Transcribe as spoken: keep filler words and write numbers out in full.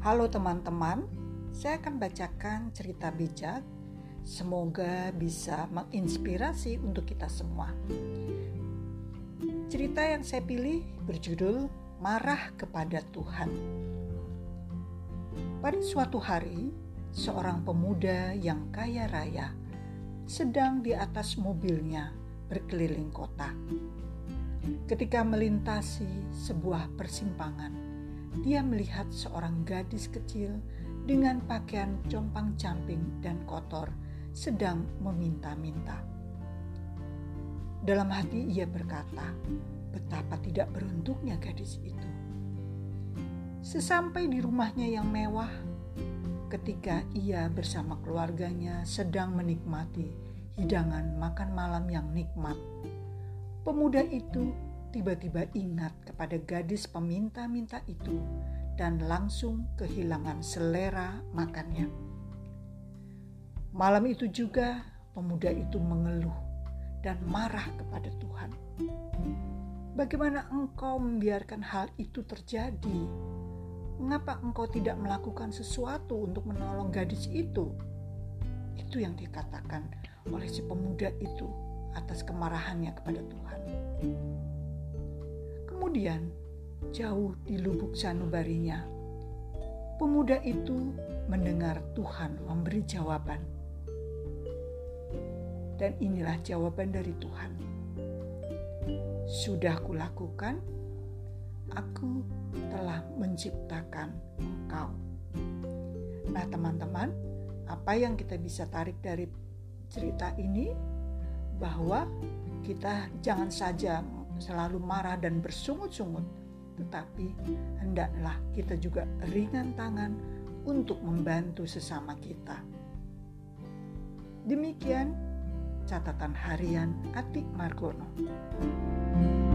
Halo teman-teman, saya akan bacakan cerita bijak. Semoga bisa menginspirasi untuk kita semua. Cerita yang saya pilih berjudul Marah Kepada Tuhan. Pada suatu hari, seorang pemuda yang kaya raya sedang di atas mobilnya berkeliling kota. Ketika melintasi sebuah persimpangan, dia melihat seorang gadis kecil dengan pakaian compang-camping dan kotor sedang meminta-minta. Dalam hati ia berkata, betapa tidak beruntungnya gadis itu. Sesampai di rumahnya yang mewah, ketika ia bersama keluarganya sedang menikmati hidangan makan malam yang nikmat, pemuda itu tiba-tiba ingat kepada gadis peminta-minta itu dan langsung kehilangan selera makannya. Malam itu juga pemuda itu mengeluh dan marah kepada Tuhan. Bagaimana engkau membiarkan hal itu terjadi? Mengapa engkau tidak melakukan sesuatu untuk menolong gadis itu? Itu yang dikatakan oleh si pemuda itu atas kemarahannya kepada Tuhan. Kemudian, jauh di lubuk sanubarinya, pemuda itu mendengar Tuhan memberi jawaban. Dan inilah jawaban dari Tuhan. Sudah kulakukan, aku telah menciptakan engkau. Nah teman-teman, apa yang kita bisa tarik dari cerita ini? Bahwa kita jangan saja selalu marah dan bersungut-sungut, tetapi hendaklah kita juga ringan tangan untuk membantu sesama kita. Demikian catatan harian Atik Margono.